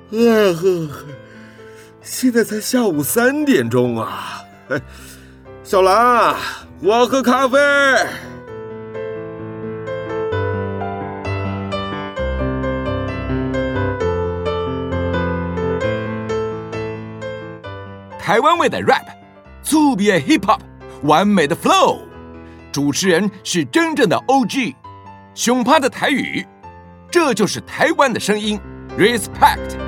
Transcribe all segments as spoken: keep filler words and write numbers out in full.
呃呵，现在才下午三点钟啊！小兰，我喝咖啡。 台湾味的 rap， 粗鄙的 hip hop， 完美的 flow， 主持人是真正的 O G， 凶趴的台语，这就是台湾的声音 ，respect。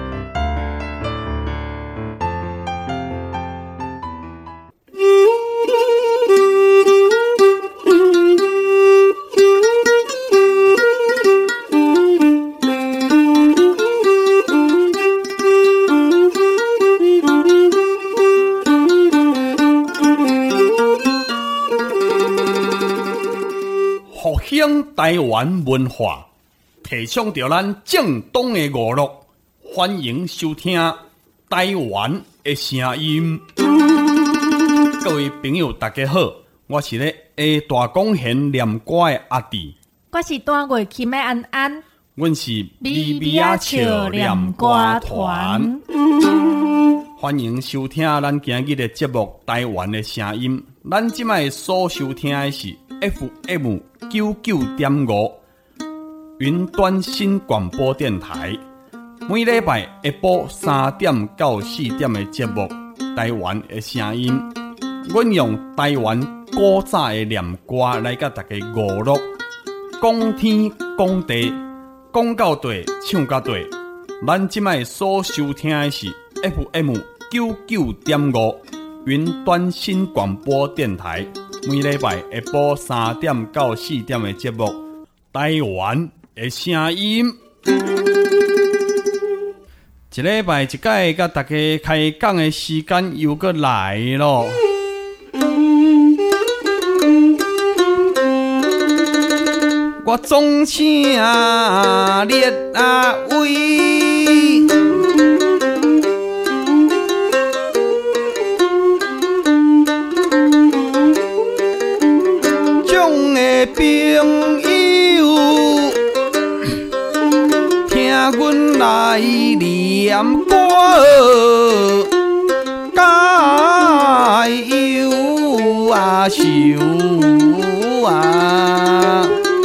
复兴台湾文化，提倡着咱正统的娱乐，欢迎收听台湾的声音。各位朋友，大家好，我是咧下大公园念歌的阿弟， 我是单月琴的安安， 阮是咪咪仔笑念歌团。欢迎收听咱今日的节目《台湾的声音》。咱即摆所收听的是 F M 九九点五云端新广播电台。每礼拜下晡三点到四点的节目《台湾的声音》，阮用台湾古早的念歌来甲大家娱乐，讲天讲地，讲到地唱到地。咱即摆所收听的是 F M 九九点五云端新广播电台，每礼拜下晡三点到四点的节目《台湾的声音》。一礼拜一改，甲大家开讲的时间又搁来咯。我总请列啊位。朋友，听阮来念歌，加油啊秀啊！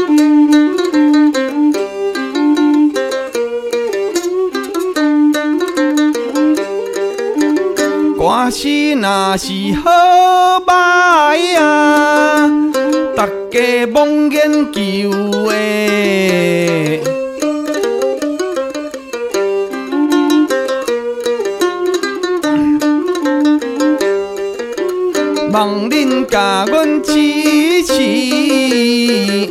歌词若是好歹啊，大家罔研究的，望恁甲阮支持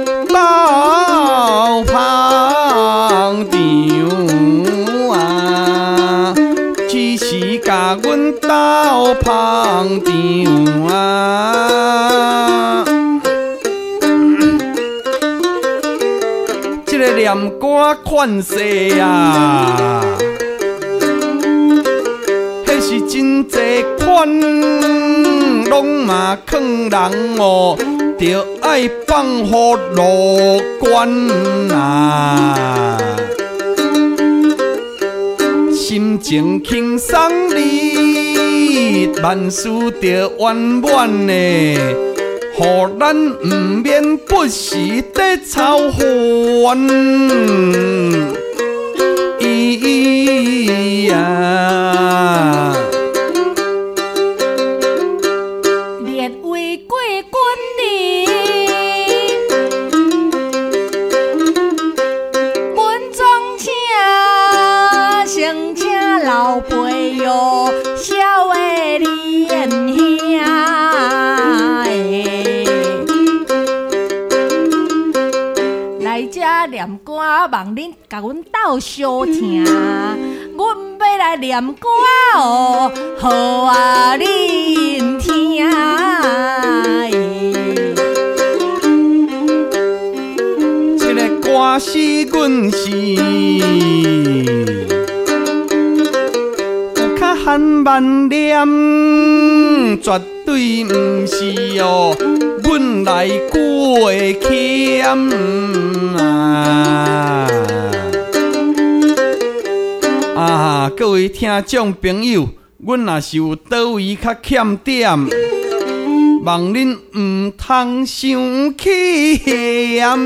斗捧场啊，支持甲阮斗捧场啊。这个念歌款式啊，迄是真侪款，拢嘛劝人哦，着爱放互乐观啊，心情轻松哩，万事着圆满呢。互咱毋免不时地操烦，咿呀！ 列位过军哩，阮总请先请老辈哟，少的年兄。念歌，望恁甲阮斗相听，阮要来念歌哦，好啊恁听。 这个歌词阮是有较含万念，绝对毋是哦，阮来过欠啊！啊各位听众朋友，阮若是有倒位较欠点，望恁毋通伤气严。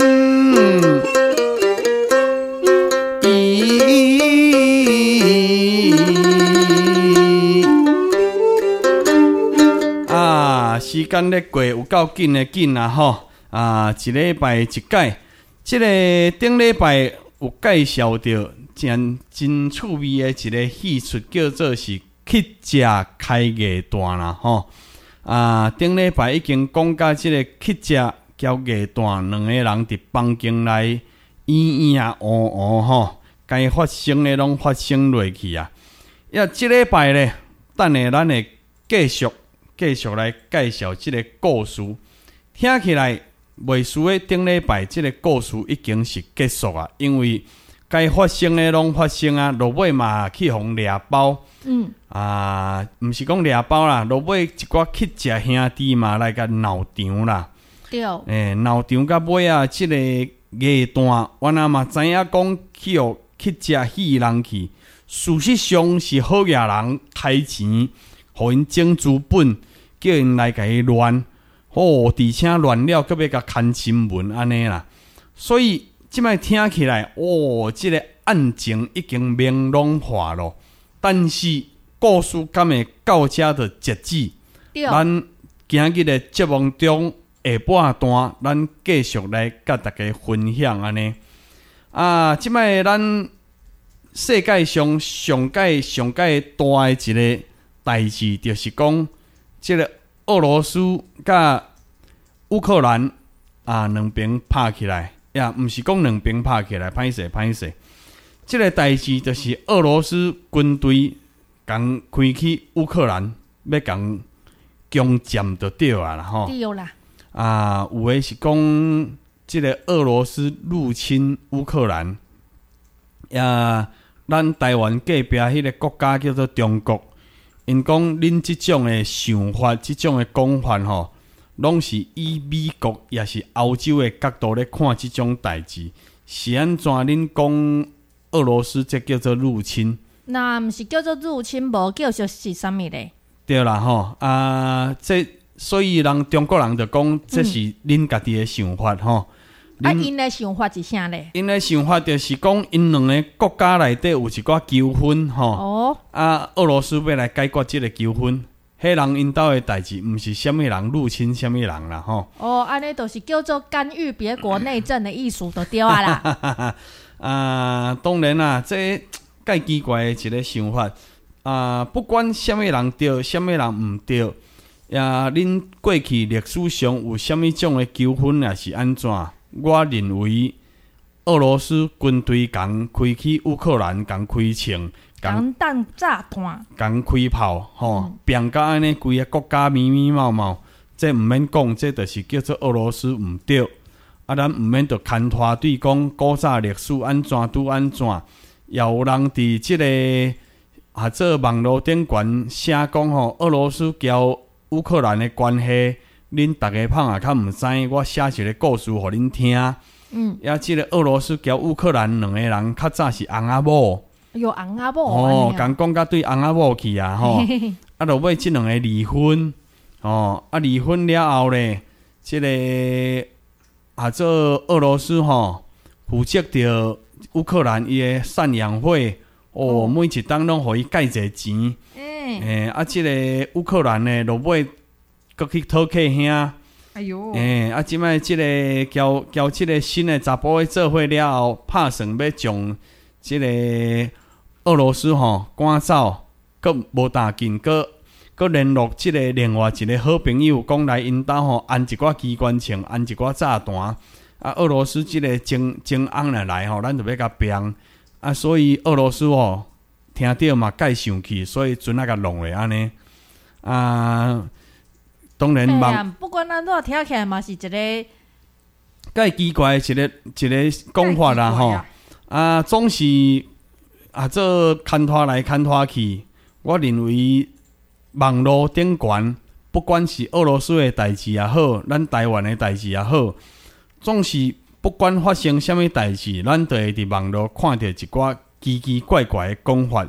啊，时间咧过有够紧的紧啊吼！啊，一礼拜一改，即、这个顶礼拜有介绍到真真趣味的一个戏出，叫做是乞食开艺段啦吼！啊，顶礼拜已经讲到即个乞食交艺段两个人伫房间内咿咿啊哦哦吼，该发生的拢发生落去啊！呀，即礼拜咧，等下咱会继续继续来介绍即个故事，听起来袂输的顶礼拜即个故事已经是结束啊，因为该发生的拢发生啊，落尾嘛去互掠包，嗯啊，毋是讲掠包啦，落尾一寡乞食兄弟嘛来甲闹场啦， 对， 诶，闹场到尾啊，即、這個艺段，阮阿嘛知影讲去互乞食戏人去，事实上是好野人开钱，互因整资本，叫因来甲伊乱。哦，而且乱了，搁要甲看新闻安尼啦，所以即摆听起来，哦，即、这个案情已经明朗化咯。但是故事敢会到遮就截止，咱今日的节目中下半段，咱继续来甲大家分享安尼。啊，即摆咱世界上上界上界大的一个代志，就是讲即、这个。俄罗斯甲乌克兰啊，两边拍起来，呀，毋是讲两边拍起来，歹势歹势。即、这个代志就是俄罗斯军队共开去乌克兰，要共攻占就对啊啦吼。 对啦。 啊，有诶是讲即个俄罗斯入侵乌克兰，呀，咱台湾隔壁迄个国家叫做中国。因讲恁即种诶想法，即种诶讲法吼，拢是以美国也是欧洲诶角度咧看即种代志，是安怎？恁讲俄罗斯这叫做入侵？ 那毋是叫做入侵，无叫做是啥物咧？ 对啦吼，啊，这所以人中国人就讲，这是恁家己诶想法吼。 啊，因诶想法是啥咧？ 因诶想法就是讲，因两个国家内底有一寡纠纷吼。哦。啊，俄罗斯要来解决即个纠纷，迄人因兜诶代志，毋是虾米人入侵虾米人啦吼。 哦，安尼就是叫做干预别国内政的意思，就对啊啦。 啊，当然啦，这介奇怪诶一个想法啊，不管虾米人对，虾米人毋对，呀，恁过去历史上有虾米种诶纠纷，也是安怎？我认为俄罗斯军队共开去乌克兰，共开枪， 共弹炸弹， 共开炮，吼，变甲安尼规个国家密密麻麻，这毋免讲，这就是叫做俄罗斯毋对。啊，咱毋免着牵拖对讲古早历史安怎拄安怎，也有人伫即、这个啊做网络顶悬写讲吼，俄罗斯交乌克兰的关系。恁大家胖啊，较毋知，我写一个故事互恁听。嗯，也即个俄罗斯交乌克兰两个人较早是翁仔某， 有翁仔某哦，共讲甲对翁仔某去啊吼，啊，落尾即两个离婚，哦，啊离婚了后咧，即、这个啊做俄羅斯吼，負責着烏克蘭伊個贍養費，哦，每一檔攏互伊介濟錢。誒、欸，啊，即、這個烏克蘭呢，落尾閣去討客兄。哎呦！誒、欸，啊，即擺即個交交即個新的查甫個做伙了後，拍算要將即個俄羅斯吼趕走，閣無大緊，閣閣聯絡即個另外一個好朋友，講來因兜吼安一寡機關槍，安一寡炸彈。啊，俄羅斯即個情情翁來來吼，咱就要甲拼。啊，所以俄羅斯吼聽到嘛介生氣，所以陣啊甲弄咧安尼。啊，當然嘛、欸， 不管咱怎聽起來嘛是一個介奇怪的一個一個講法啦吼。啊，總是啊做牽拖來牽拖去，我認為網絡頂懸，不管是俄羅斯的代志也好，咱台灣的代志也好，總是不管發生什麼代志，咱都會佇網絡看到一寡奇奇怪怪的講法。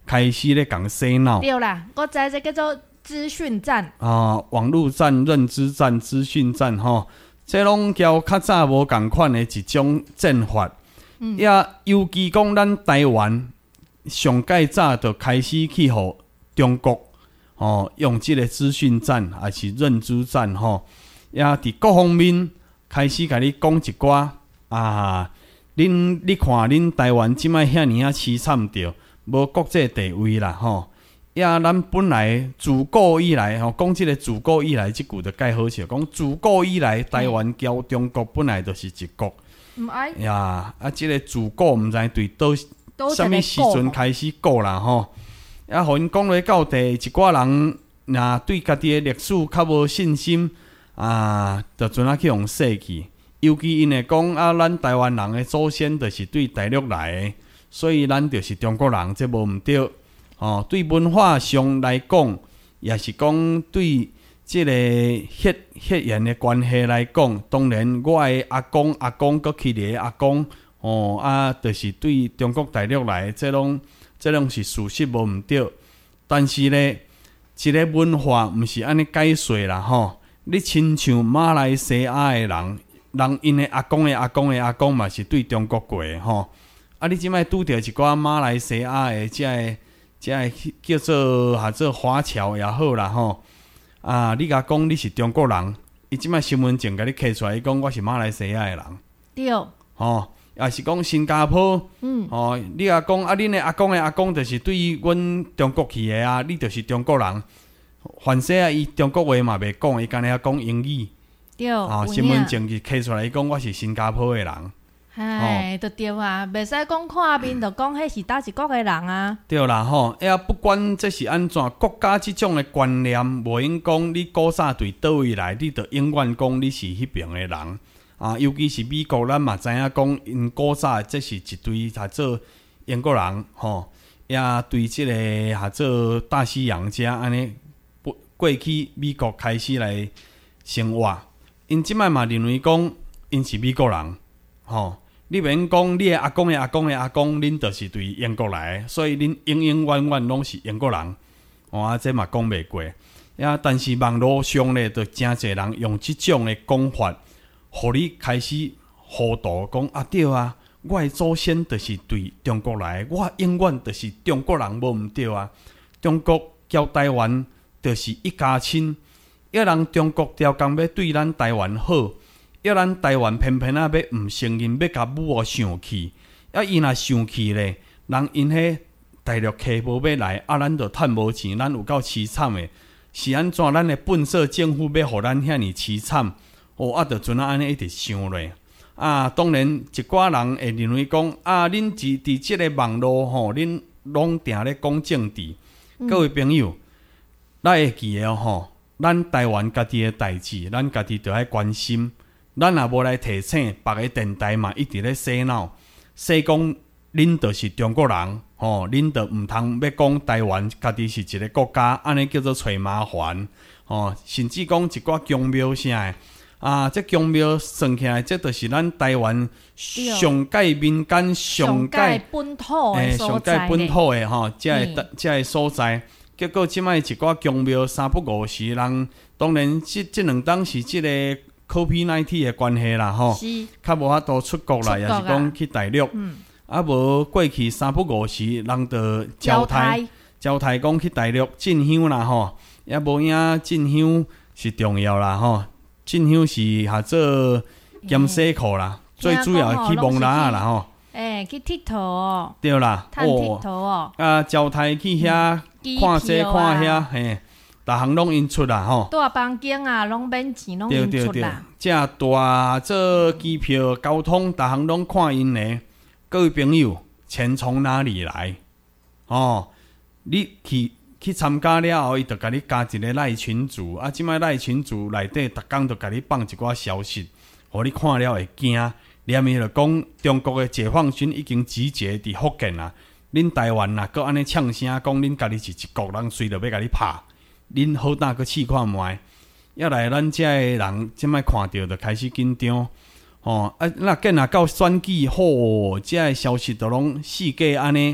开始咧共洗脑。 对啦，我知这叫做资讯战啊，网络战、认知战、资讯战吼，这拢交较早无共款的一种战法。嗯，也尤其讲咱台湾上介早就开始去互中国哦，用这个资讯战还是认知战吼，也伫各方面开始甲你讲一寡啊。恁你看，恁台湾即摆遐尼啊凄惨着，无国际地位啦吼。也咱本来自古以来吼，讲即个自古以来即句就介好笑，讲自古以来台湾交中国本来就是一国。 毋爱呀，啊，即、這个自古毋知对倒什么时阵开始过啦吼。啊，互因讲落到地，一寡人若对家己的历史较无信心啊，就阵啊去用说去。尤其因会讲啊，咱台湾人的祖先就是对大陆来的，所以咱就是中国人，这无毋对。哦，对文化上来讲，也是讲对即个血血缘的关系来讲，当然我的阿公、阿公搁去个阿公，哦啊，就是对中国大陆来的，这拢这拢是事实无毋对。但是咧，一个文化毋是安尼解说啦吼。你亲像马来西亚的人。人因的阿公的阿公的阿公嘛是对中国过的吼，啊！你即摆拄着一寡马来西亚的即个即个叫做哈做华侨也好啦吼，啊！你甲讲你是中国人，伊即摆身份证甲你刻出来，伊讲我是马来西亚的人， 对， 吼，也是讲新加坡，嗯，哦，你甲讲啊，恁的阿公的阿公就是对于阮中国去的啊，你就是中国人，凡说啊，伊中国话嘛袂讲，伊干那讲英语。 对， 啊，身份证是刻出来，讲我是新加坡的人。 哎，就对啊，袂使讲看面就讲迄是倒一国的人啊。 对啦吼，哎呀，不管这是安怎，国家即种的观念，无用讲你古早对倒位来，你就永远讲你是迄边的人啊。尤其是美国，咱嘛知影讲，因古早这是一堆下做英国人吼，也对即个下做大西洋遮安尼过去美国开始来生活。因即摆嘛认为讲，因是美国人，吼！你免讲你的阿公的阿公的阿公，恁就是对英国来的，所以恁永永远远拢是英国人。哦啊，这嘛讲袂过。呀，但是网络上咧，就真侪人用即种的讲法，互你开始糊涂讲啊对啊，我的祖先就是对中国来的，我永远就是中国人，无毋对啊。中国交台湾就是一家亲。要人中国条工要对咱台湾好，要咱台湾偏偏啊要毋承认，要甲武生气，要伊若生气咧，人因迄大陆客无要来，啊，咱就趁无钱，咱有够凄惨诶。是安怎？咱的本色政府要互咱遐尼凄惨，哦，啊，就阵啊安尼一直想咧。啊，当然一寡人会认为讲，啊，恁伫伫即个网络吼，恁拢定咧讲政治，嗯、各位朋友，咱会记诶吼。咱台湾家己的代志，咱家己着爱关心。咱也无来提醒别个电台嘛，一直咧洗脑，说讲恁就是中国人，吼，恁着毋通要讲台湾家己是一个国家，安尼叫做找麻烦，吼，甚至讲一寡宗庙啥的，啊，这宗庙算起来，这就是咱台湾上界民间、上界本土的所在，上界本土的吼，这个这个所在。结果即摆一寡宗庙三不五时，人当然即即两当是即个 COVID 十九 的关系啦，吼，较无法度出国啦，也是讲去大陆，嗯、啊无过去三不五时，人就交代交代讲去大陆进香啦，吼，也无影进香是重要啦，吼，进香是下做兼洗裤啦，嗯、最主要去蒙拉啦，吼。 诶、欸，去佚佗哦， 对啦， 趁佚佗哦， 啊，交代去遐、嗯、看这看遐，嘿，逐项拢因出啦吼。大房间啊，拢免钱，拢因出啦。 这大这机票、交通，逐项拢看因的。各位朋友，钱从哪里来？哦，你去去参加了后，伊就甲你加一个赖群组，啊，即摆赖群组内底逐工就甲你放一寡消息，互你看了会惊。连伊就讲中国的解放军已经集结伫福建啦，恁台湾啦，搁安尼呛声讲恁家己是一国人，随着要甲你拍，恁好大个试看卖，要来咱遮个人即摆看到就开始紧张，吼、哦、啊，那见若到选举，吼、哦，遮个消息都拢四界安尼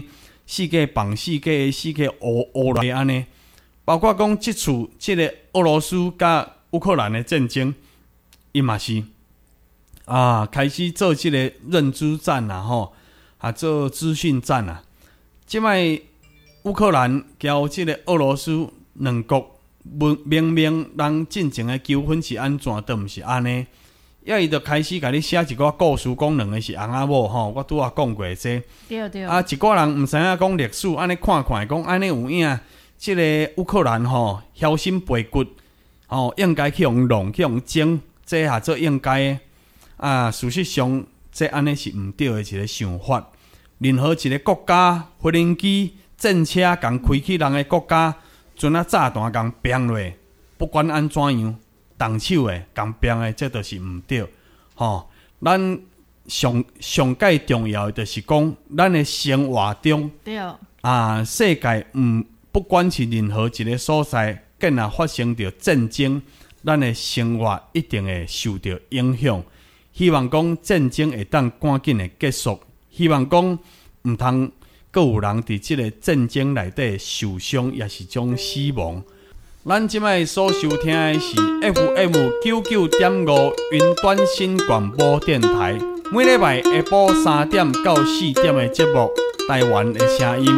四界放四界四界乌乌来安尼。包括讲即次即个俄罗斯甲乌克兰的战争，伊嘛是啊开始做即个认知战啦吼，啊做资讯战啦。即摆乌克兰交即个俄罗斯两国明明人进前的纠纷是安怎，都毋是安尼。要伊就开始甲你写一个故事，讲两个是翁仔某吼，我拄仔讲过这。 对对。 啊，一个人毋知影讲历史，安尼看看讲安尼有影。即个乌克兰吼晓心背骨，吼应该去用弄去用整，这下做应该的啊。事实上，这安尼是毋对的一个想法。任何一个国家无人机战车共开去人的国家，阵啊炸弹共崩落，不管安怎样，动手的共崩的，这就是毋对。吼，咱上上界重要的就是讲，咱的生活中， 对啊，世界毋。不管是任何一个所在，竟然发生着战争，咱的生活一定会受到影响。希望讲战争会当赶紧的结束，希望讲毋通阁有人伫即个战争内底受伤，也是种死亡。咱即摆所收听的是 F M 九九点五云端新广播电台，每礼拜下晡三点到四点的节目《台湾的声音》。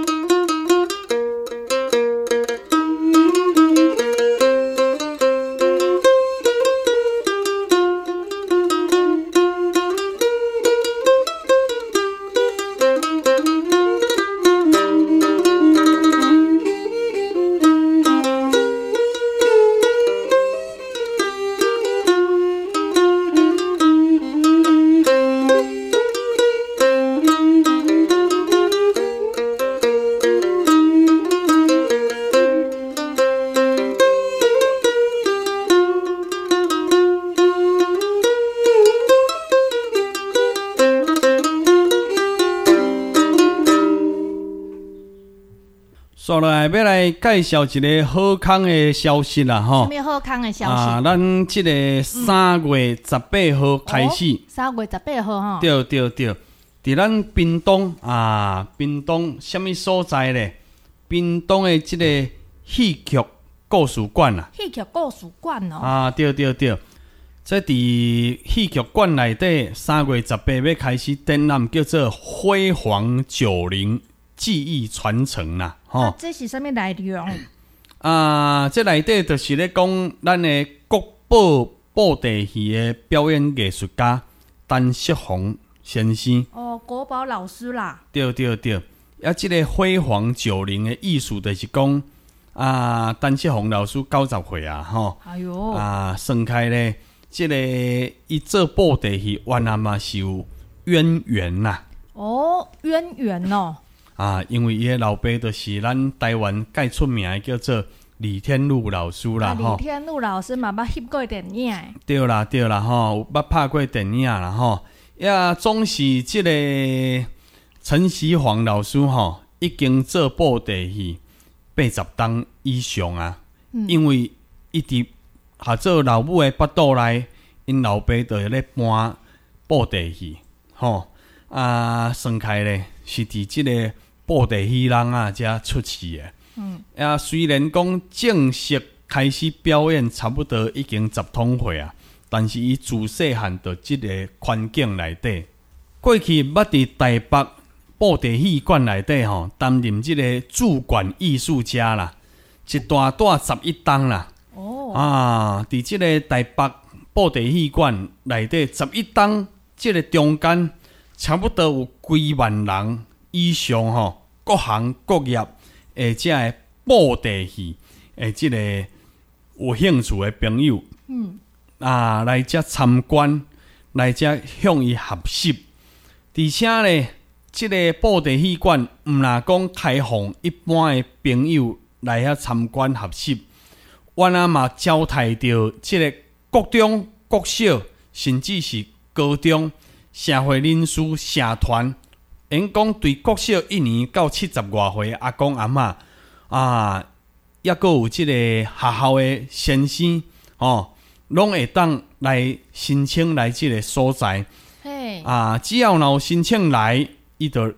接落来要来介绍一个好康的消息啦，吼！ 什么好康的消息？ 啊，咱即个三月十八号开始， 三、哦、月十八号吼。 对对对，伫咱屏东啊，屏东什么所在咧？屏东的即个戏剧故事馆啦。 戏剧故事馆哦。 啊，对对对，这伫戏剧馆内底，三月十八要开始展览，叫做《辉煌九零记忆传承》啦。吼、 啊，这是啥物内容？ 啊，这内底就是咧讲咱的国宝布袋戏的表演艺术家陈锡宏先生。 哦，国宝老师啦。对对对，啊，这个辉煌九零的艺术就是讲啊，陈锡宏老师九十岁啊，吼。 哎呦。啊， 算开咧，这个伊做布袋戏原来嘛是有渊源呐。 哦，渊源哦。 啊，因为伊的老爸就是咱台湾介出名的叫做李天禄老师啦，吼、啊。 李天禄老师嘛捌翕过电影诶。 对啦，对啦，吼，有捌拍过电影啦，吼。也总是即个陈锡煌老师吼，已经做布袋戏八十档以上啊。嗯、因为伊伫下做老母的腹肚内，因老爸就咧搬布袋戏，吼啊，算开咧是伫即个布袋戏人啊遮出世的。嗯，啊，虽然讲正式开始表演差不多已经十通岁啊，但是伊自细汉到即个环境内底，过去捌伫台北布袋戏馆内底吼担任即个驻馆艺术家啦，一大大十一档啦。哦，啊，伫即个台北布袋戏馆内底十一档，即个中间差不多有几万人以上吼，各行各业诶，即个布袋戏诶，即个有兴趣的朋友，嗯，啊，来遮参观，来遮向伊学习。而且咧，即个布袋戏馆毋若讲开放一般的朋友来遐参观学习，原来嘛招待着即个国中、国小，甚至是高中社会人士、社团。因讲对国小一年到七十外岁阿公阿嬷啊，抑阁有即个学校的先生哦，拢会当来申请来即个所在。嘿啊，只要若有申请来，伊就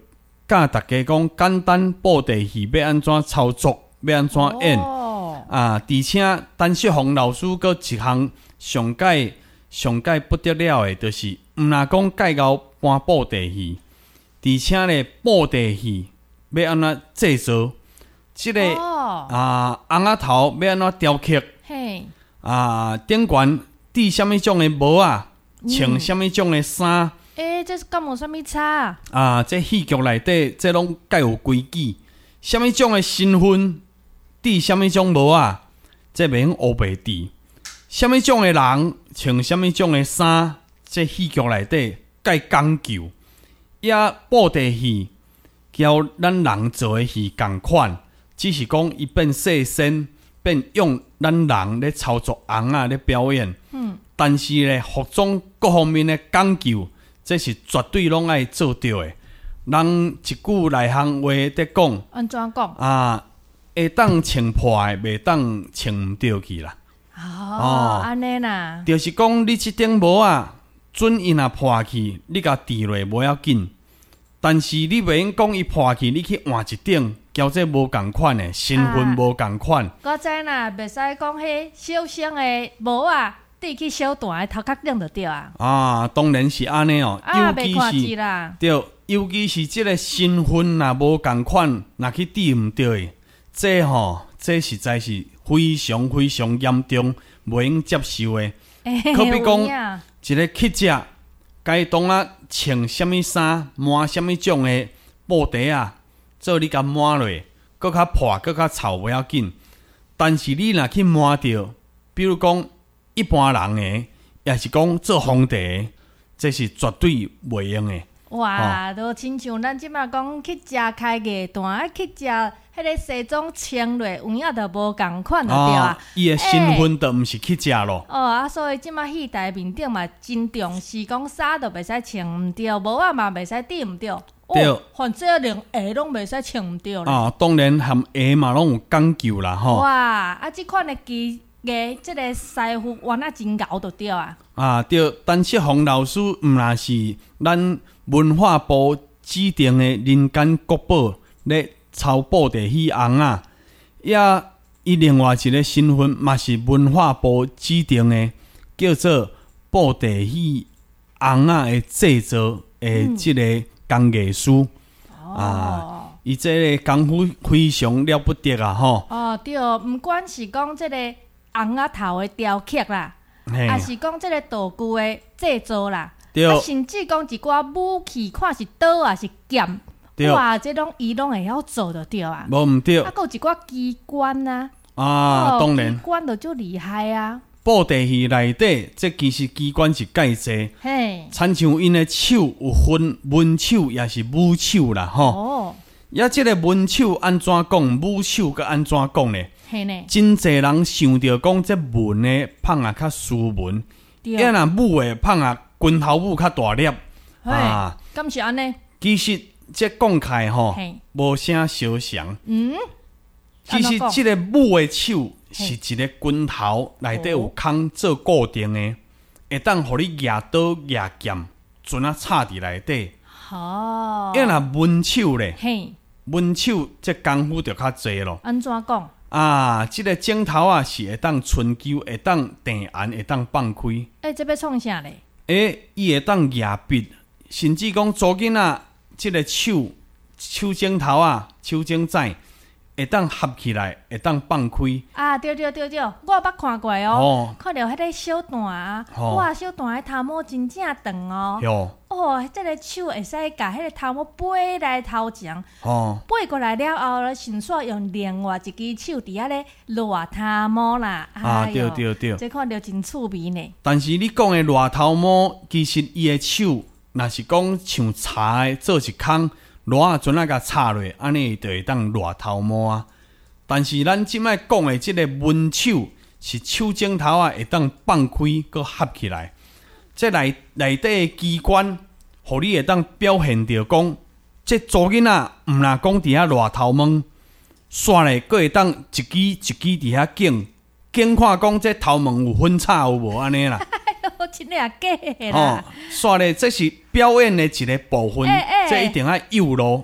教大家讲简单布袋戏要安怎操作，要安怎演、 哦、 啊！而且陈旭宏老师搁一项上界上界不得了的，就是毋若讲介绍搬布袋戏，而且咧布袋戏要安怎制作，即、這個、 哦、 啊红仔頭要安怎雕刻， 嘿， 啊頂懸戴什麼種的帽啊，穿什麼種的衫。 誒，這是敢有啥物差？ 啊，這戲劇內底，這攏介有規矩。什麼種的身份，戴什麼種帽啊？這袂用烏白戴。什麼種的人，穿什麼種的衫，這戲劇內底介講究。也布袋戲，交咱人做的戲共款，只是講伊變細身，變用咱人咧操作紅啊咧表演。嗯。但是咧，服裝各方面的講究。這是絕對攏愛做到的。人一句內行話在講， 安怎講？ 啊，會當穿破的，袂當穿唔對去啦。 哦，安尼啦。 就是講你這頂帽啊，準伊若破去，你甲滌落無要緊。但是你袂用講伊破去，你去換一頂，交這無共款的，身份無共款。 我知啦，袂使講迄小生的帽啊。戴去小段的頭殼頂就對啊！ 啊，當然是安尼哦， 啊， 尤其是對， 尤其是這個身份若無共款，若去戴唔對，這吼、哦，這實在是非常非常嚴重，袂用接受的。欸、可比講一個乞食，該當啊穿什麼衫，換什麼種的布袋啊，做你甲換落，閣較破，閣較臭袂要緊。但是你若去換掉，比如講。一般人誒，也是講做皇帝，這是絕對袂用誒。 哇，都親像咱即馬講去食開業段，去食迄個西裝穿落，有影就無共款就對啊。 伊誒身份就毋是去食咯。 哦啊，所以即馬戲台面頂嘛，真重視講衫就袂使穿毋對，帽啊嘛袂使戴毋對。對，反正連鞋攏袂使穿毋對啦。啊， 當然含鞋嘛攏有講究啦，吼。 哇，啊，即款誒機。嘅即個師傅玩啊真牛就對啊！ 啊對，陳旭宏老師毋若是咱文化部指定的人間國寶咧操布袋戲紅啊，也伊另外一個身份嘛是文化部指定的叫做布袋戲紅啊的製作的即個工藝師、嗯、啊，伊即個功夫非常了不得啊！吼哦對，毋管是講即個。紅仔頭的雕刻啦，也是講這個道具的製作啦，啊，甚至講一寡武器，看是刀還是劍，哇，這種伊攏會曉做就對啊。 無毋對， 啊，還有一寡機關啊， 啊， 哦、 當然， 機關就足厲害啊。 布袋戲內底，這其實機關是介濟， 嘿，親像因的手有分文手也是武手啦，吼。哦，也這個文手安怎講，武手佮安怎講呢？真濟人想到講這文的放啊較斯文，也若武的放啊拳頭武較大粒啊。 咁是安尼。其實這講起來吼，無啥相像。嗯，其實這個武的手是一個拳頭內底有孔做固定的，會當互你舉刀舉劍，準啊插佇內底。哦，也若文手咧，文手這功夫就較濟咯。 安怎講？ 啊，這個鏡頭啊是會當春秋，會當定顏，會當放開。誒、 欸，這要創啥咧？ 誒、欸，伊會當壓筆，甚至講做囡仔，這個手手鏡頭啊，手鏡仔會當合起來，會當放開。啊， 對對對對，我捌看過哦，哦看到迄個小段啊，哦、哇，小段的頭毛真正長哦。喲。哦，這個手會使甲迄個頭毛背來頭前，哦，背過來了後咧，迅速用另外一隻手佇遐咧捋頭毛啦。 啊，對對對， 這看着真趣味呢。 但是你講的捋頭毛，其實伊的手，若是講像茶的做一空，捋啊陣啊甲插落，安尼就會當捋頭毛啊。但是咱即擺講的這個文手，是手指頭啊會當放開，佮合起來。這內內底的機關，互你會當表現着講，這做囡仔毋若講佇遐捋頭毛，煞咧佫會當一支一支佇遐鏡鏡看講這頭毛有分叉有無安尼啦？ 真誒假誒啦！ 哦，煞咧這是表演的一個部分，欸欸這一定要有咯。 誒，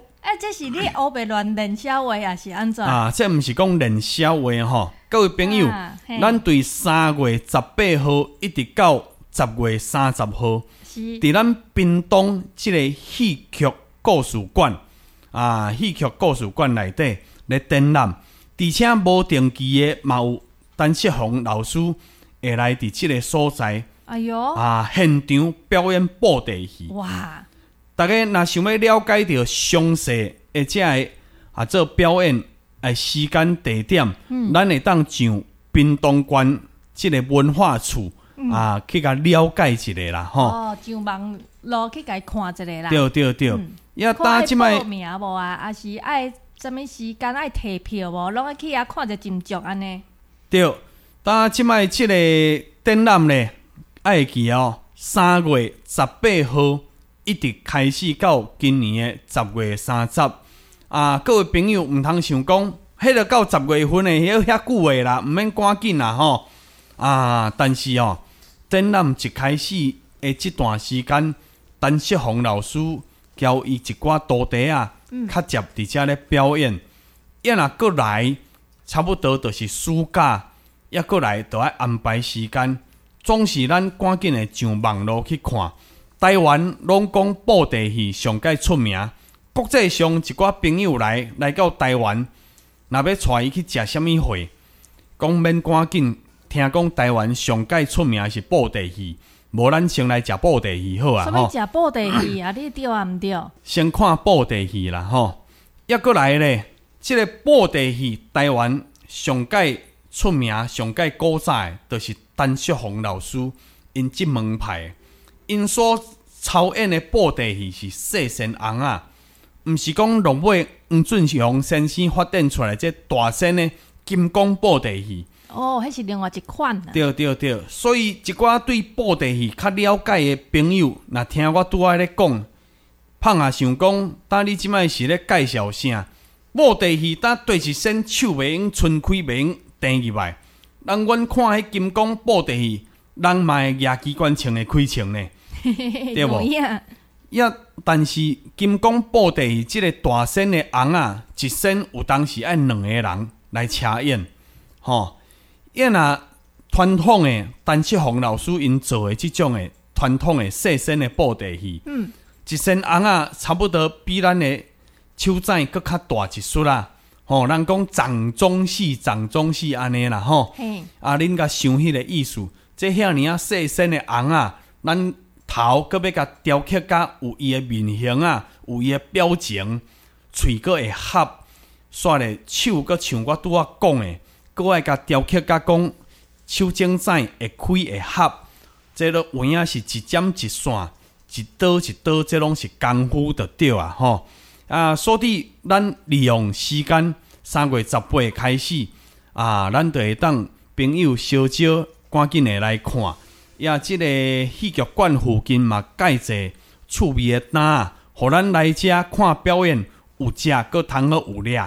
这是你黑白乱练小话啊，是安怎？ 啊，这毋是讲练小话吼，各位朋友，啊、咱对三月十八号一直到十月三十号，伫咱屏东即个戏剧故事馆啊，戏剧故事馆内底咧展览，而且无定期的嘛有陈锡宏老师会来伫即个所在， 哎哟啊，现场表演布袋戏。哇！大家若想要了解到详细或者个啊做表演诶时间地点，嗯、咱会当上屏东县即个文化处、嗯、啊去甲了解一下啦，吼。 哦，上网路去甲看一下啦。 对对对， 也当即摆报名无啊？还是爱什么时间爱摕票无？拢爱去遐看者真足安尼。对， 当即摆即个展览咧，爱记哦，三月十八号。一直开始到今年的十月三十啊！各位朋友毋通想讲，迄个到十月份的迄遐久的啦，毋免赶紧啦吼啊！但是哦，展览一开始的这段时间，陈锡宏老师交伊一寡徒弟啊，较接伫遮咧表演，伊若过来，差不多就是暑假，抑过来就要安排时间，总是咱赶紧的上网络去看。台湾拢讲布袋戏上界出名，国际上一寡朋友来来到台湾，若要带伊去食什么货，讲免赶紧。听讲台湾上界出名是布袋戏，无咱先来食布袋戏好啊！ 什么食布袋戏啊？你对啊毋对？ 先看布袋戏啦吼，抑过来咧，即、這個布袋戏台湾上界出名、上界古早的，就是陈锡宏老師因即门派。因所操演的布袋戏是细仙翁啊，毋是讲龙尾黄俊雄先生发展出来这大仙的金光布袋戏。 哦，迄是另外一款、啊。 对对对，所以一寡对布袋戏较了解的朋友，若听我拄仔咧讲，胖啊想讲，当你即摆是咧介绍啥？布袋戏当对一身手袂用，春开袂用，第入来，人阮看迄金光布袋戏。人嘛会举机关枪会开枪呢，对无？呀，但是金光布袋戏即个大仙的翁啊，一身有当时爱两个人来车演，吼。因若传统的陈锡宏老师因做的即种的传统的细身的布袋戏，嗯，一身翁啊，差不多比咱的手指搁较大一撮啦。吼，人讲掌中戏，掌中戏安尼啦，吼。啊，恁甲想迄个意思。这遐尔啊细身的翁啊，咱头搁要甲雕刻甲有伊的面型啊，有伊的表情，喙搁会合，煞咧手搁像我拄仔讲的，搁爱甲雕刻甲讲手指指会开会合，这落有影是一针一线，一刀一刀，这拢是功夫就对啊吼啊！所以咱利用时间，三月十八开始啊，咱就会当朋友小少。赶紧的来看，也即个戏剧馆附近嘛，介济趣味的摊，互咱来遮看表演，有食阁通好有掠。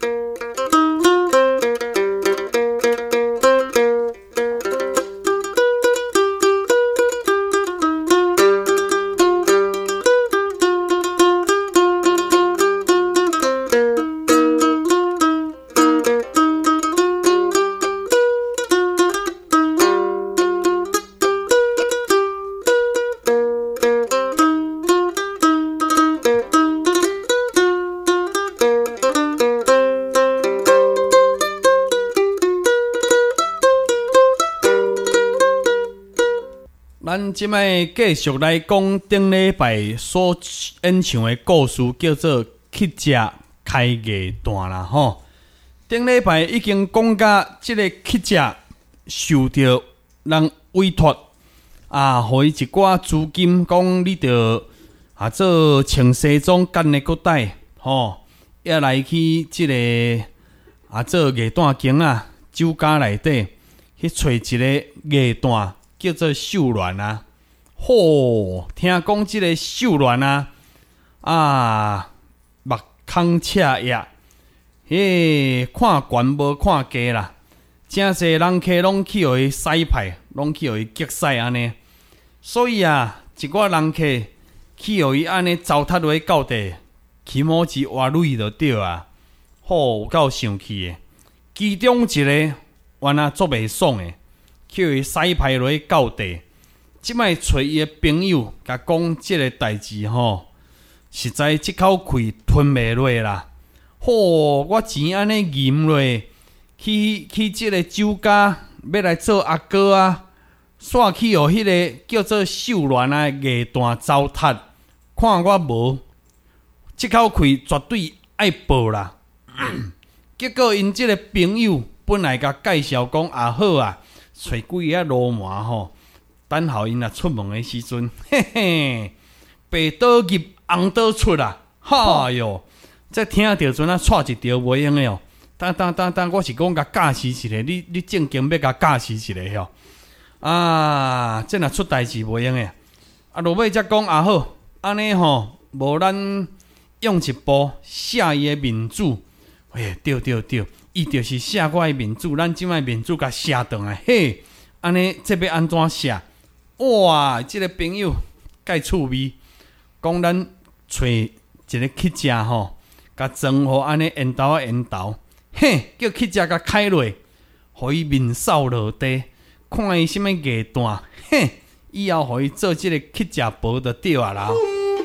咱即摆继续来讲顶礼拜所演唱的故事，叫做《乞食开艺段》啦吼。顶礼拜已经讲到即个乞食受到人委托啊，互伊一寡资金，讲你着啊做穿西装干的骨带吼，也来去即个啊做艺段经啊，酒家内底去找一个艺段。叫做秀鸾啊，吼！听讲即个秀鸾啊，啊，目空赤叶，嘿，看悬无看低啦，真侪人客拢去互伊洗牌，拢去互伊激使安尼。所以啊，一寡人客去互伊安尼糟蹋落到底， 起毛子活蕊就对啊，好有够生气的。其中一个原来做袂爽的，叫伊洗牌落去到地。即摆找伊的朋友，甲讲即个代志吼，实在即口气吞袂落啦。吼，我钱安尼吟落，去去即个酒家要来做阿哥啊，煞去互迄个叫做秀兰啊艺段糟蹋，看我无，即口气绝对爱报啦。结果因即个朋友本来甲介绍讲啊好啊，找几个啊罗麻吼。等候因若出门的时阵，嘿嘿，白刀入红刀出啊！哈哟，再听到阵啊，带一条袂用的哦。等等等等，我是讲甲驾驶一下，你你正经要甲驾驶一下吼。啊，这若出代志袂用的。啊，落尾才讲啊好，安尼吼，无咱用一部写伊的面子。哎，对对对，伊就是写我的面子，咱即摆面子甲写转来，嘿，安尼这要安怎写？哇！即、这个朋友介趣味，讲咱找一个去食吼，甲装好安尼烟头啊烟头，嘿，叫去食甲开落，互伊面扫落地，看伊什么艺段，嘿，以后互伊做即个去食婆就对啊啦。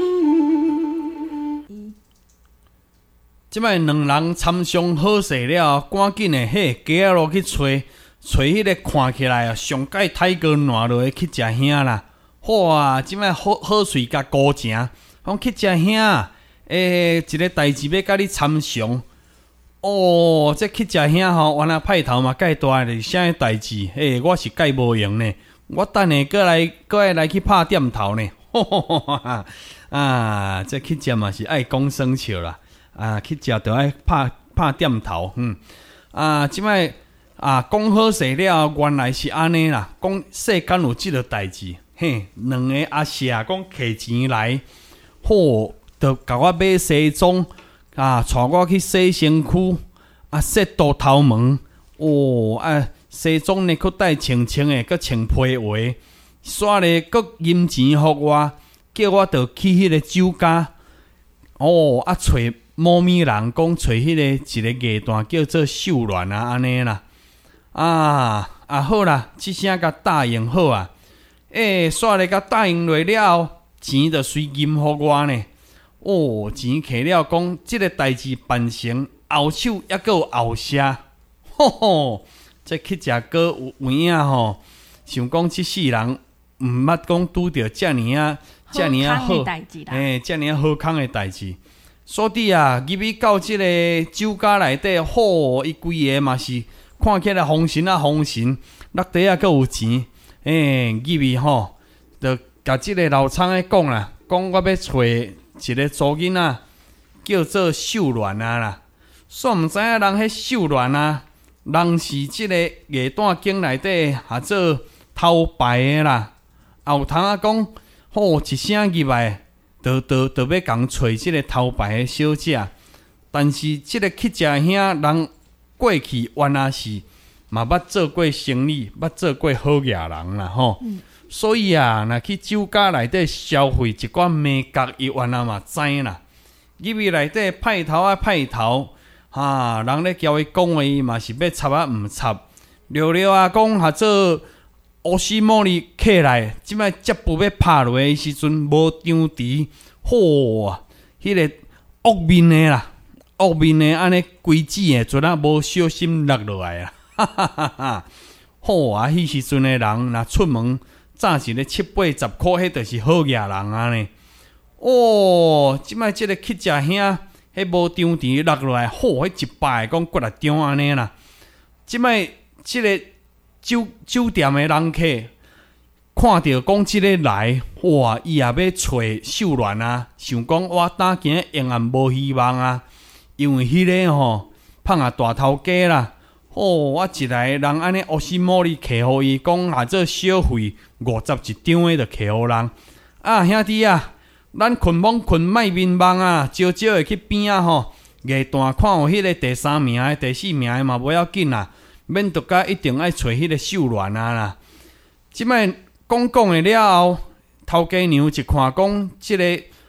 即摆两人参详好势了，赶紧的嘿，街仔路去找。找迄个看起来啊，上界体格烂落去食兄啦！哇，即摆好好喙甲高正，讲去食兄，诶，一个代志要甲你参详。哦，这去食兄吼，原来派头嘛介大咧，啥物代志？诶，我是介无用呢。我等下过来，过来来去拍点头呢。吼吼吼哈！啊，这去食嘛是爱讲生笑啦。啊，去食着爱拍拍点头，嗯。啊，即摆。啊，讲好势了，原来是安尼啦。讲世间有即个代志，嘿，两个阿舍讲摕钱来，好，就甲我买西装，啊，带我去洗身躯，啊，洗倒头毛，哦，啊，西装呢，佮带清清的，佮穿皮鞋，煞咧，佮银钱互我，叫我着去迄个酒家，哦，啊，找某咪人讲找迄个一个艺段叫做秀兰啊，安尼啦。啊啊好啦，即声甲答应好啊！诶，煞咧甲答应落了，钱就随银互我呢。哦，钱摕了，讲即个代志办成，后手抑阁有后写，吼吼！这去食果有有影吼，想讲即世人毋捌讲拄着遮尔啊，遮尔啊好，诶，遮尔啊好康诶代志。所以啊，入去到即个酒家内底，吼，伊规个嘛是。看起来风神啊风神，落地啊阁有钱，诶、欸，入去吼，就甲即个老厂诶讲啦，讲我要找一个查囡仔，叫做秀兰啊啦。煞毋知影人迄秀兰啊，人是即个艺段经内底下做头牌诶啦。后头啊讲，吼一声入来，就就就要共找即个头牌诶小姐，但是即个去食兄人。过去原来是嘛捌做过生意，捌做过好业人啦吼，嗯、所以啊，若去酒家内底消费一寡美角，伊原来嘛知啦。入去内底派头啊派头，哈、啊，人咧交伊讲话，伊嘛是要插啊毋插。了了啊，讲下做乌斯莫利客来，即摆接步要拍落诶时阵，无张持，吼啊，迄、那个恶面诶啦。恶面的安尼规子的，阵啊无小心落落来啊！哈哈哈哈！好啊，迄时阵的人若出门，早是咧七八十箍，迄就是好野人啊呢。哦，即摆即个去食兄，迄无张持落落来，好，迄一百讲几啊张安尼啦。即摆即个酒酒店的人客看到讲即个来，哇，伊也要找秀兰啊，想讲我打今日永远无希望啊。因为迄个吼，胖啊大头家啦，哦，我一来人安尼乌斯莫利客互伊讲，下做小费五十一张诶，就客互人。啊，兄弟啊，咱困梦困卖面梦啊，招招会去边啊吼，艺段看有迄个第三名诶、第四名诶嘛，无要紧啦，免独家一定爱找迄个秀兰啊啦。即摆讲讲诶了后，头家娘一看讲即、这个。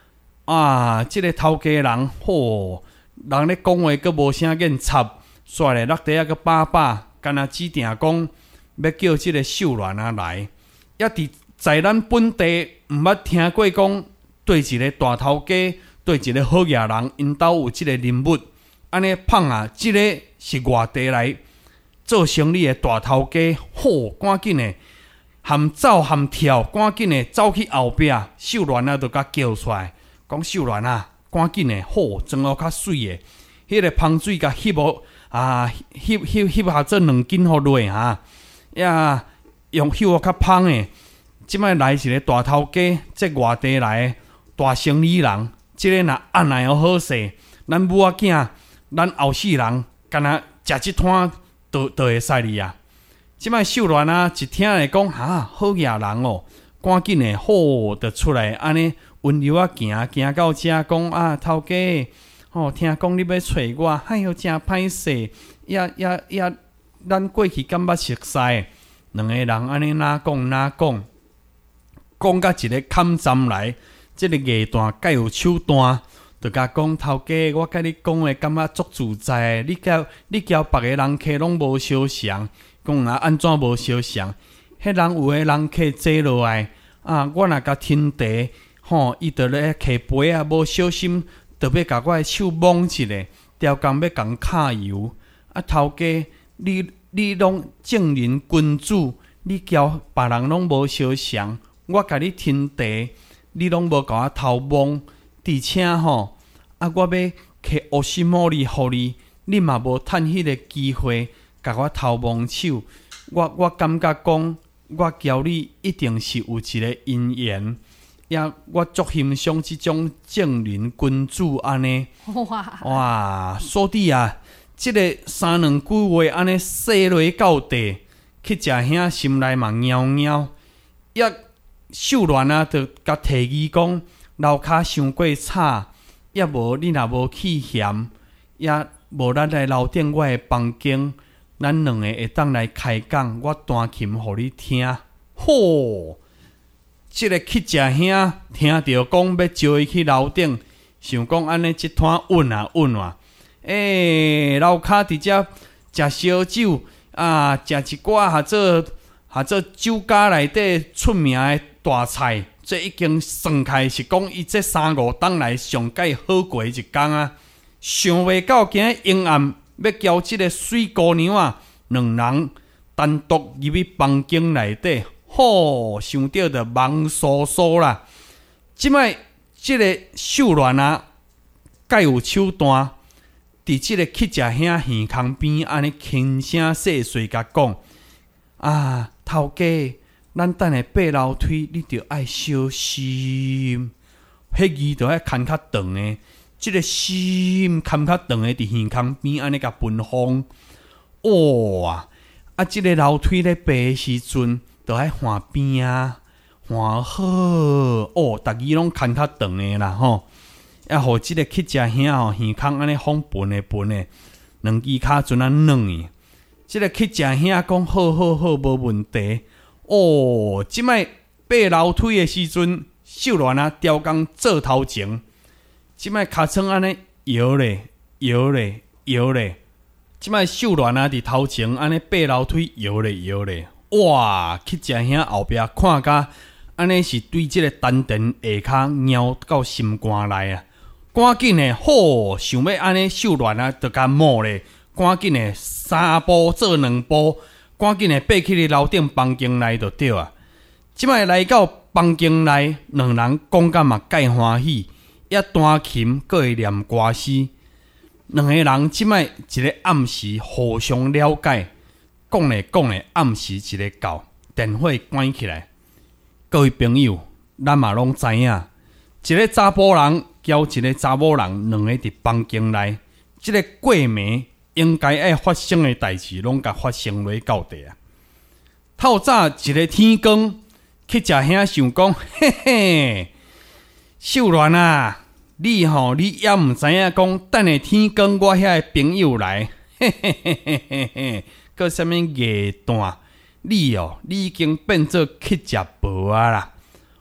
啊，即、这个头家人，吼，人咧讲话佫无啥瘾插，煞咧落地啊佫把把，干那指定讲要叫即个秀兰啊来，也伫在咱本地毋捌听过讲，对一个大头家，对一个好野人，因兜有即个人物，安尼胖啊，即、这个是外地来做生意的大头家，吼，赶紧诶！含走含跳，赶紧诶走去后壁，秀兰啊，就甲叫出来，讲秀兰啊，赶紧诶，好，装好较水诶，迄个芳水甲翕无啊，翕翕翕下做两斤互落哈，呀，用翕较芳诶，即摆来是个大头家，即外地来诶大生意人，即个若按来有好势，咱母仔囝，咱后世人，干若食即摊，都都会使哩啊。即摆秀兰啊，一听来讲，哈，好野人哦，赶紧诶，好就出来，安尼温柔啊行，行到遮讲啊，头家，哦，听讲你要找我，哎哟，真歹势，也也也，咱过去敢捌熟悉，两个人安尼哪讲哪讲，讲到一个坎站来，即、這個艺段甲有手段，就甲讲头家，我甲你讲诶，感觉足自在，你交你交别个人客拢无相像。讲啊，安怎无相像？迄人有诶人客坐落来啊，我若甲听茶，吼，伊着咧摕杯啊，无小心，着要甲我诶手摸一下，雕工要共卡油。啊，头家，你你拢正人君子，你交别人拢无相像，我甲你听茶，你拢无甲我偷摸，而且吼，啊，我要摕乌心茉莉互你，你嘛无趁迄个机会。甲我偷摸手，我我感觉讲，我交你一定是有一个姻缘，也我足欣赏即种正人君子安尼。哇哇，所以啊，即、這个三两句话安尼说落到地，去食兄心内嘛喵喵。也秀兰啊，就甲提议讲，楼骹伤过吵，也无你若无去嫌，也无咱来楼顶我诶房间。咱两个会当来开讲，我弹琴互你听。吼，即、這个去食兄听着讲要招伊去楼顶，想讲安尼即摊稳啊稳啊。诶、欸，楼骹伫遮食烧酒啊，食一寡下做下做酒家内底出名诶大菜，这已经算开是讲伊这三五档来上介好过一工啊。想袂到今日阴暗。要交即个水姑娘啊，两人单独入去房间内底，吼，想到就忙疏疏啦。即摆即个秀兰啊，介有手段，伫即个去食兄耳孔边安尼轻声细碎甲讲啊，头家，咱等下爬楼梯，你着爱小心，迄字着爱牵较长诶。即个心坎较长诶，伫耳孔边安尼甲分风，哇！啊，即、這個楼梯咧爬诶时阵，着爱换边啊，换好哦，逐字拢牵较长诶啦吼。啊，互即个去食兄吼，耳孔安尼放分诶分诶，两支骹阵啊软诶。即、這個去食兄讲好好好，无问题。哦，即摆爬楼梯诶时阵，秀兰啊，雕工做头前。即摆尻川安尼摇咧摇咧摇咧，即摆秀兰啊伫头前安尼爬楼梯摇咧摇咧，哇！去食兄后壁看甲安尼是对即个丹田下骹挠到心肝内啊！赶紧诶，好想要安尼秀兰啊，着甲摸咧，赶紧诶三步做两步，赶紧诶爬去咧楼顶房间内就对啊！即摆来到房间内，两人讲甲嘛介欢喜。也弹琴，阁会念歌诗，两个人即摆一个暗时互相了解，讲咧讲咧，暗时一个到，电话关起来。各位朋友，咱嘛拢知影，一个查甫人交一个查某人，两个伫房间内，即、這个过暝应该爱发生的代志，拢甲发生落到地啊。透早一个天光，去食兄想讲，嘿嘿。秀兰啊，你吼、哦，你也毋知影讲，等下天光我遐个朋友来，嘿嘿嘿嘿嘿嘿，搁啥物艺段？你哦，你已经变做去食婆啊啦！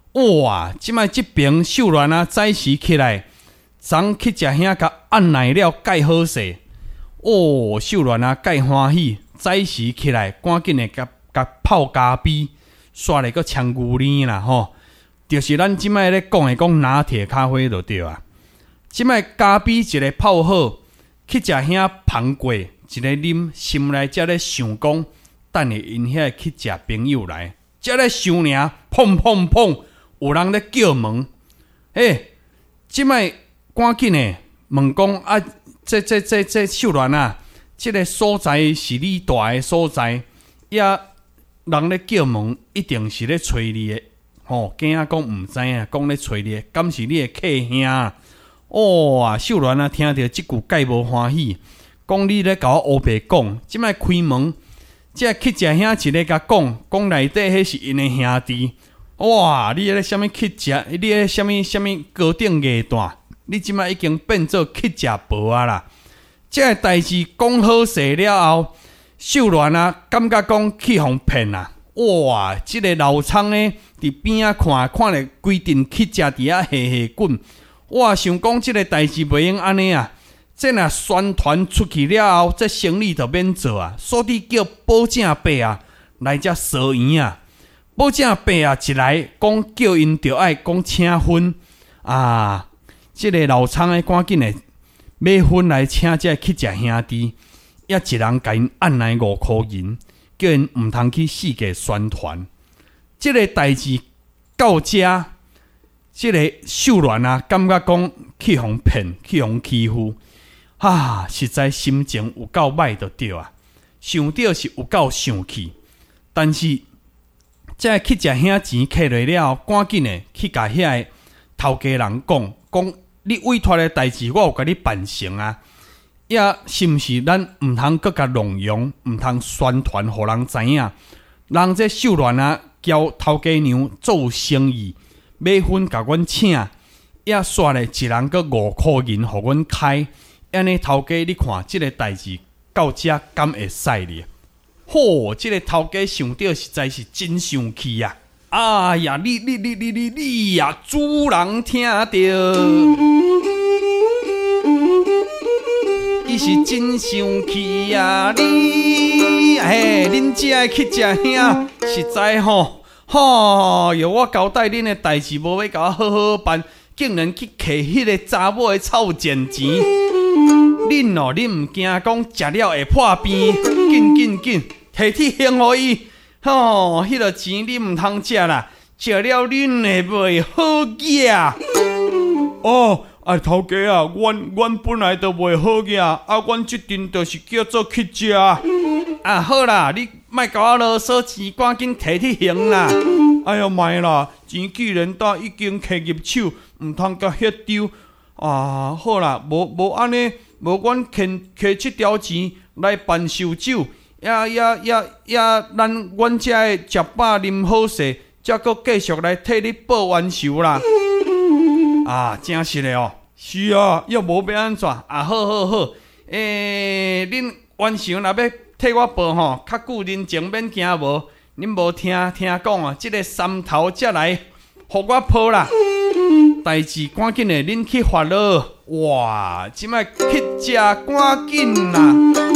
哇！即摆即边秀兰啊，早时起来，昨去食遐甲按奶了，介好势。哦，秀兰啊，介欢喜，早时起来，赶紧的甲甲泡咖啡，刷咧个香牛奶啦吼。就是咱即摆咧讲的讲拿铁咖啡就对啊。即摆咖啡一个泡好，去食遐芳过，一个啉，心内才咧想讲，等下因遐去食朋友来，才咧想尔，砰砰砰，有人咧叫门，诶，即摆赶紧的问讲啊，这这这这秀兰啊，即、这个所在是你住的所在，也人咧叫门，一定是咧找你的。吼，囝仔讲毋知影，讲咧找你，敢是你的客兄？哦啊，秀兰啊，听到即句介无欢喜，讲你咧甲我乌白讲，即摆开门，即个去食遐一个甲讲，讲内底迄是因的兄弟。哇，你咧啥物去食？你咧啥物啥物高等艺段？你即摆已经变做去食婆啊啦！即个代志讲好势了后，秀兰啊，感觉讲去互骗啊！哇！即、这个老苍呢，伫边仔看，看咧规阵去食伫遐下下滚。我想讲，即个代志袂用安尼啊！这若宣传出去了后，这生意就免做啊！所以叫保正伯啊来遮收钱啊！保正伯啊一来，讲叫因着爱讲请婚啊！即、这个老苍呢，赶紧的买婚来请这去食兄弟，也一人甲因按来五箍银。叫因毋通去四界宣传，即、这个代志到遮，即、这个秀兰啊，感觉讲去互骗，去互欺负，啊，实在心情有够歹就对啊，想到是有够生气，但是再去食遐钱摕落了后，赶紧的去甲遐个头家人讲，讲你委托的代志，我有甲你办成啊。也是毋是咱毋通搁甲弄用，毋通宣传，互人知影。人这秀兰啊，交头家娘做生意，买婚甲阮请，也煞咧一人搁五箍银，互阮开。安尼头家，你看即、这个代志到遮敢会使哩？吼、哦！即、这个头家想到实在是真生气呀、啊！哎呀，你你你你你你呀，主人听着。伊是真生气呀！你嘿，恁只爱去食遐，实在吼吼，哟！我交代恁的代志，无要甲我好好办，竟然去摕迄个查某的臭钱钱。恁哦，恁毋惊讲食了会破病？紧紧紧，摕去还互伊。吼，迄个钱你毋通食啦，食了恁会袂好嘢。哦。啊，头家啊，阮阮本来就袂好个啊，啊，阮即阵就是叫做去食啊。啊，好啦，你莫甲我啰嗦，钱赶紧摕去还啦。哎呀，莫啦，钱既然都已经摕入手，毋通甲遐丢啊。好啦，无无安尼，无阮摕摕即条钱来办寿酒，也也也也，咱阮遮的食饱啉好势，则搁继续来替你报完寿啦。啊，真是的哦。是啊，又无要安怎啊？好好好，诶、欸，恁完成若要替我报吼，较久人情免惊无。恁无听听讲啊，即、这个三头才来，互我报啦。代志赶紧的，恁去发咯。哇，即摆去食赶紧啦，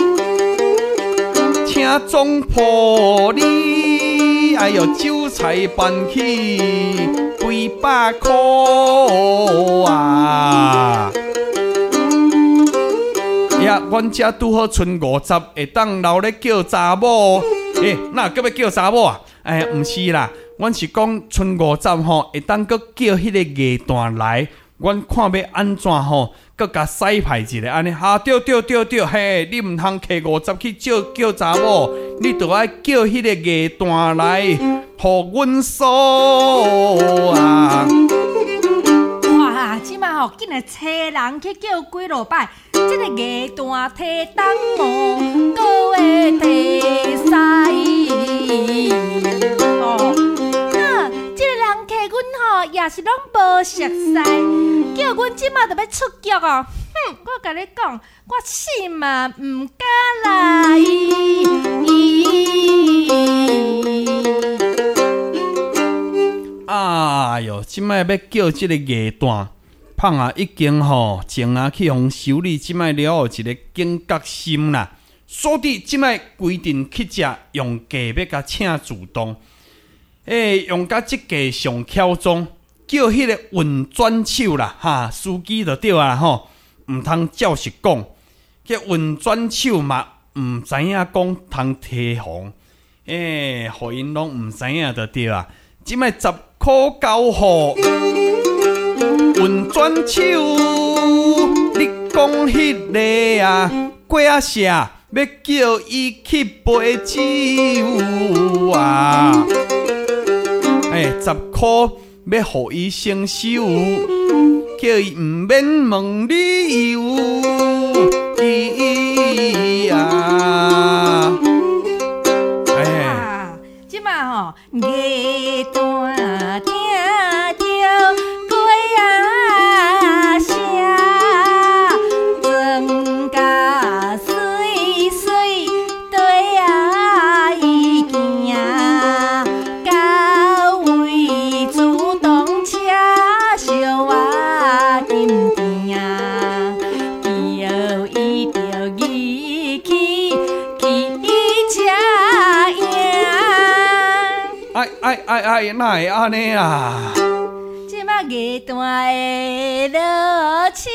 请总铺你，哎哟，酒菜办起。几百箍啊！呀，阮遮拄好剩五十，会当留咧叫查某。诶、欸，那搁要叫查某啊？哎，毋是啦，阮是讲剩五十吼，会当搁叫迄个艺段来。阮看要安怎吼，搁甲使派一个安尼。哈、啊，对对对对，嘿，你毋通摕五十去叫叫查某，你着爱叫迄个艺段来。互阮数啊！ 哇，即摆吼，竟然找人去叫几落摆，即、这个艺段提档哦，各位提使哦。那即、这个人客阮吼，也是拢无熟悉，叫阮即摆就要出局哦。哼，我甲你讲，我死嘛毋敢来。 啊， 哎哟，即摆要叫即个艺段胖啊，已经吼前啊去互修理，即摆了后一个警觉心啦。所以即摆规定去食用价要甲请自动，诶、欸，用甲即个上巧装，叫迄个运转手啦，哈，司机就对啊吼，毋通照实讲，迄运转手嘛毋知影讲通提防，诶、欸，互因拢毋知影就对啊。即摆十箍九号，运转手，你讲迄个啊，鬼啊社要叫伊去陪酒啊，诶、欸，十箍要互伊承受，叫伊毋免问理由，伊啊。 吼，夜段听着鬼啊声，庄稼水水对啊伊行，到位自动车烧啊金店啊，叫伊着伊去去车赢。 哎哎哎哎，哪会安尼啦？ 即摆夜段的落车，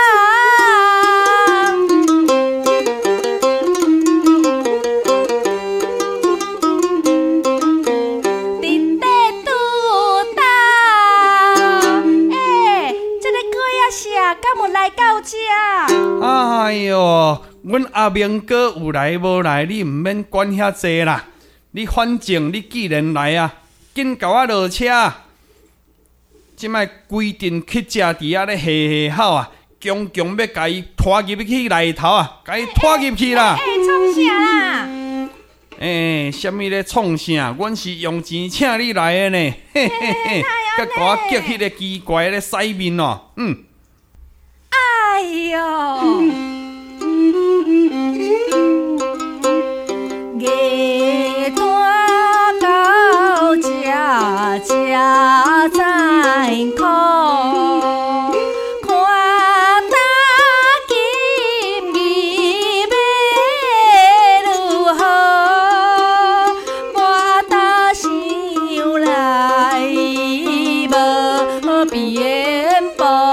伫底拄到，诶，这个鬼仔社敢有来到这？ 哎哟，阮阿明哥有来无来，你毋免管遐济啦。你反正你既然来啊，紧甲我落车。即摆规定去食伫遐咧下下口啊，强强要甲伊拖入去内头啊，甲伊拖入去啦。 哎，创啥啦？ 诶，啥物咧创啥？阮是用钱请你来的呢，嘿嘿嘿，甲甲我激迄个奇怪咧洗面哦，嗯。 哎哟！夜段到这这在苦，看大金鱼要如何，我倒想来无变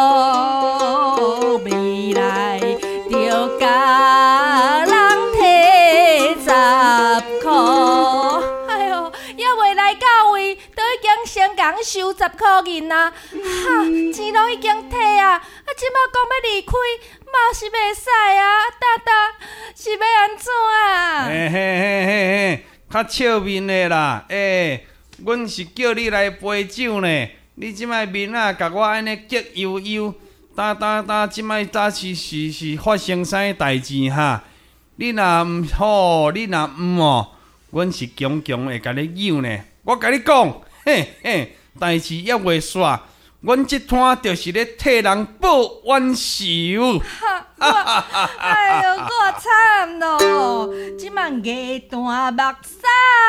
报，未来着甲人提十箍。哎哟，还未来到位，都已经先共收十箍银啊！哈，钱拢已经摕啊！啊，即摆讲要离开，嘛是袂使啊！大大是要安怎啊？ 嘿嘿嘿嘿嘿，较笑面的啦！诶，阮是叫你来陪酒呢，你即摆面啊，甲我安尼激悠悠，呾呾呾，即摆呾是是是发生啥代志哈？你若毋好，你若毋哦，阮是强强会甲你拗呢。我甲你讲，嘿嘿，代志还袂煞，阮即摊就是咧替人报冤仇。 哈，我哎哟，我惨咯！即摆夜段目屎，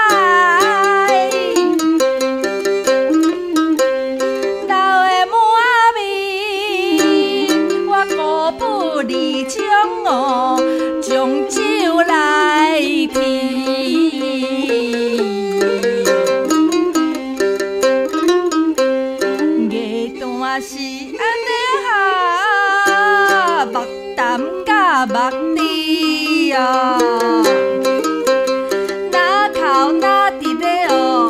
流的满面，我孤不离将哦，将酒来提。夜段是安尼哈，目淡甲目滴啊，哪哭哪直咧哦，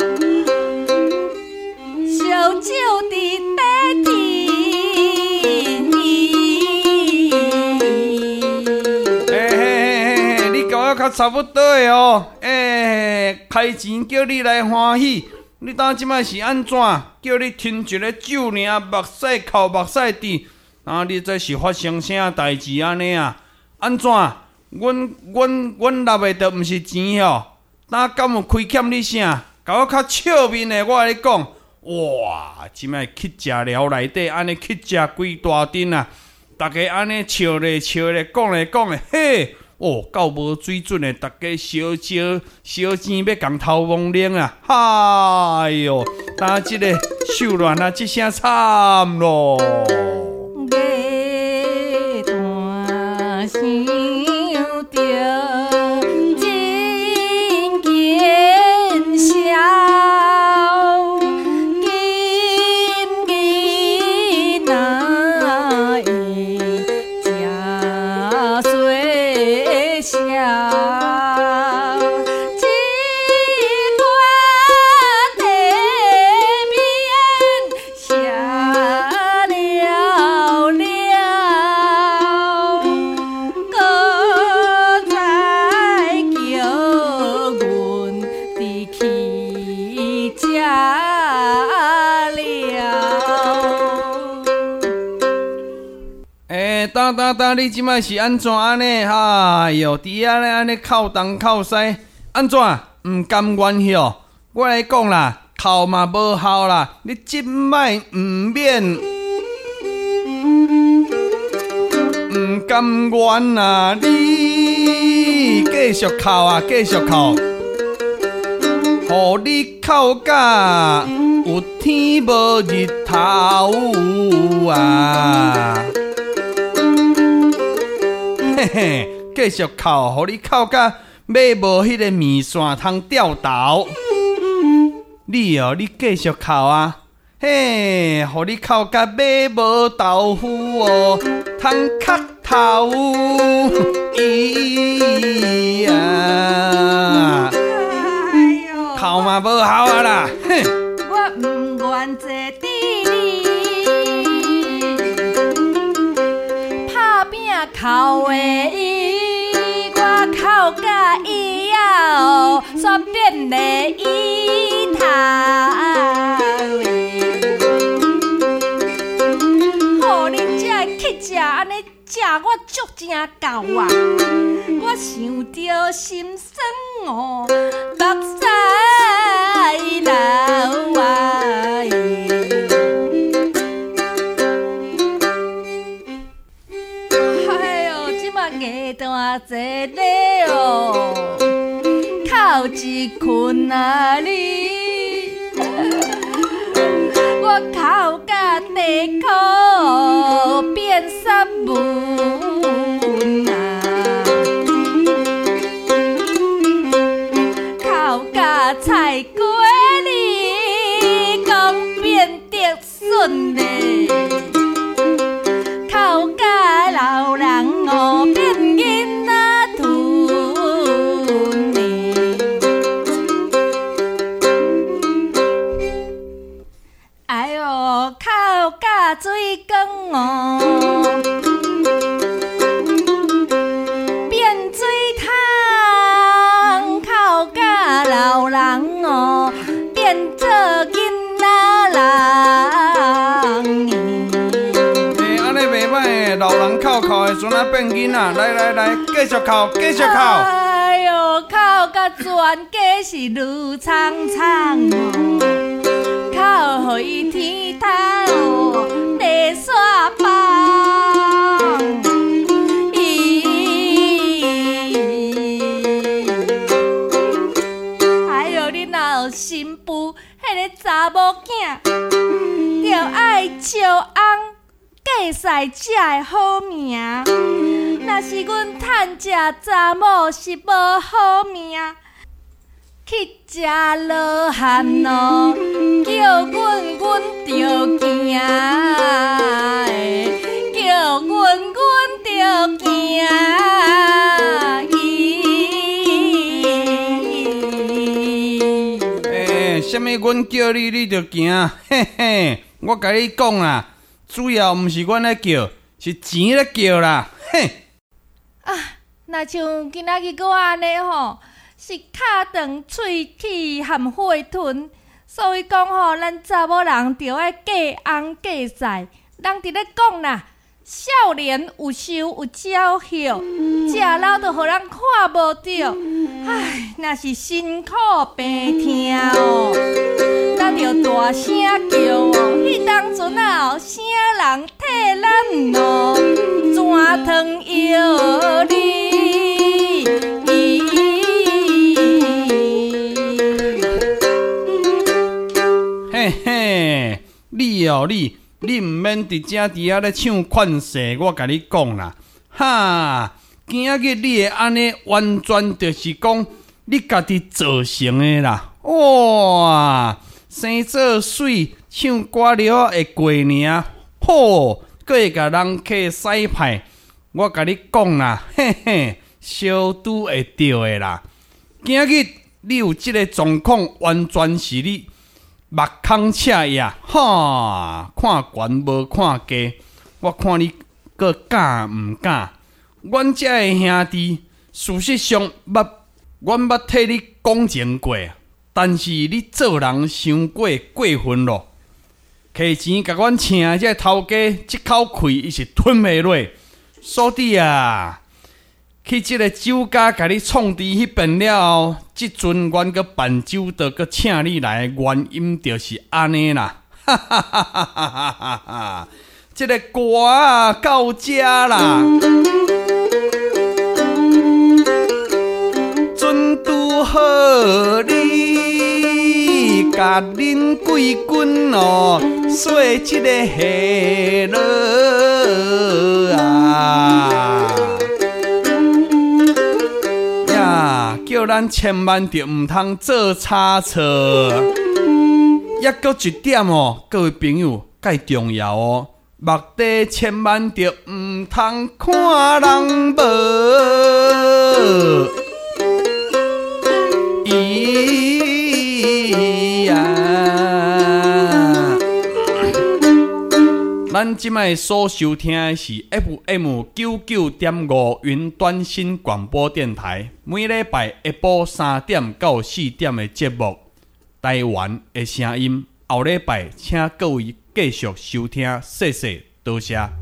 烧酒伫底天。 嘿嘿嘿嘿，你甲我较差不多的哦。诶，开钱叫你来欢喜，你当即摆是安怎？叫你听一个酒尔，目屎哭目屎滴，啊！你这是发生啥代志安尼啊？安怎？阮阮阮纳的都毋是钱哦，哪敢有亏欠你啥？甲我较笑面的，我甲你讲，哇！即摆去食寮内底安尼去食规大阵啊！大家安尼笑咧笑咧，讲咧讲咧，嘿！哦，够无水准的，大家烧烧烧钱要共头毛领啊！哎哟，当即个手乱啊，这声惨咯。 月断想着真见笑，今日哪会吃水笑？ 当当当，你即摆是安怎安尼？哎哟，伫遐咧安尼靠东靠西，安怎？毋甘愿哟！我来讲啦，哭嘛无效啦，你即摆毋免毋甘愿啊！你继续哭啊，继续哭，互你哭甲有天无日头啊！嘿嘿，继续哭，互你哭甲马无迄个面线通掉头。你哦，你继续哭啊！嘿，互你哭甲马无豆腐哦，通磕头。咦呀！哭嘛无效啊啦！哼， 我毋愿坐伫哭的伊，我哭甲以后煞变个伊头的，互恁这去食安尼食我足正够啊！我想着心酸哦，目屎流啊！月断坐咧哦，哭一困啊你，我哭甲地壳变湿文啊，哭甲菜瓜你讲变得顺嘞，哭甲老人哦。水缸哦，变水桶，哭甲老人哦，变做囡仔人。 欸，安尼袂歹，老人哭哭的阵啊变囡仔，来来来，继续哭，继续哭。 哎呦，哭甲全家是愈苍苍哦，哭互伊天头哦。地沙棒，还有你若有新妇，迄个查某囝，着爱招翁嫁婿才会好命。若是阮趁食查某是无好命。去食落汗咯，叫阮阮着惊，叫阮阮着惊。 诶，什么？阮叫你你着惊？嘿嘿，我甲你讲啦，主要毋是阮咧叫，是钱咧叫啦。嘿。 啊，若像今仔日我安尼吼。是脚长、喙齿含火吞，所以讲吼，咱查某人着爱嫁翁嫁婿。人伫咧讲啦，少年有收有朝夕，食老着互人看无着。唉，若是辛苦病痛哦，咱着大声叫哦。迄当阵啊，啥人替咱哦，怎汤药你？ 嘿嘿， 了你，你毋免伫遮伫遐咧唱款式，我甲你讲啦，哈！今仔日你会安尼，完全就是讲你家己造成的啦。哇，生做水，唱歌了会过尔，好，阁会甲人客使派。我甲你讲啦，嘿嘿，小拄会着的啦。今仔日你有即个状况，完全是你目空赤夜，哈，看悬无看低。我看你阁敢毋敢？阮遮的兄弟，事实上捌，阮捌替你讲情过，但是你做人伤过过分咯。摕钱甲阮请这头家，即口气伊是吞袂落。所以啊，去即个酒家甲你创治迄边了后，即阵阮阁办酒倒阁请你来，原因就是安尼啦。哈哈哈哈哈哈哈！即个歌啊，到遮啦。准拄好你甲恁贵君哦，说即个下落啊呀，叫咱千万着毋通做差错。抑阁一点哦，各位朋友，介重要哦，目底千万着毋通看人无。咦呀！咱即摆所收听的是 F M 九九点五云端新广播电台，每礼拜下晡三点到四点的节目《台湾的声音》。后礼拜请各位继续收听，谢谢，多谢。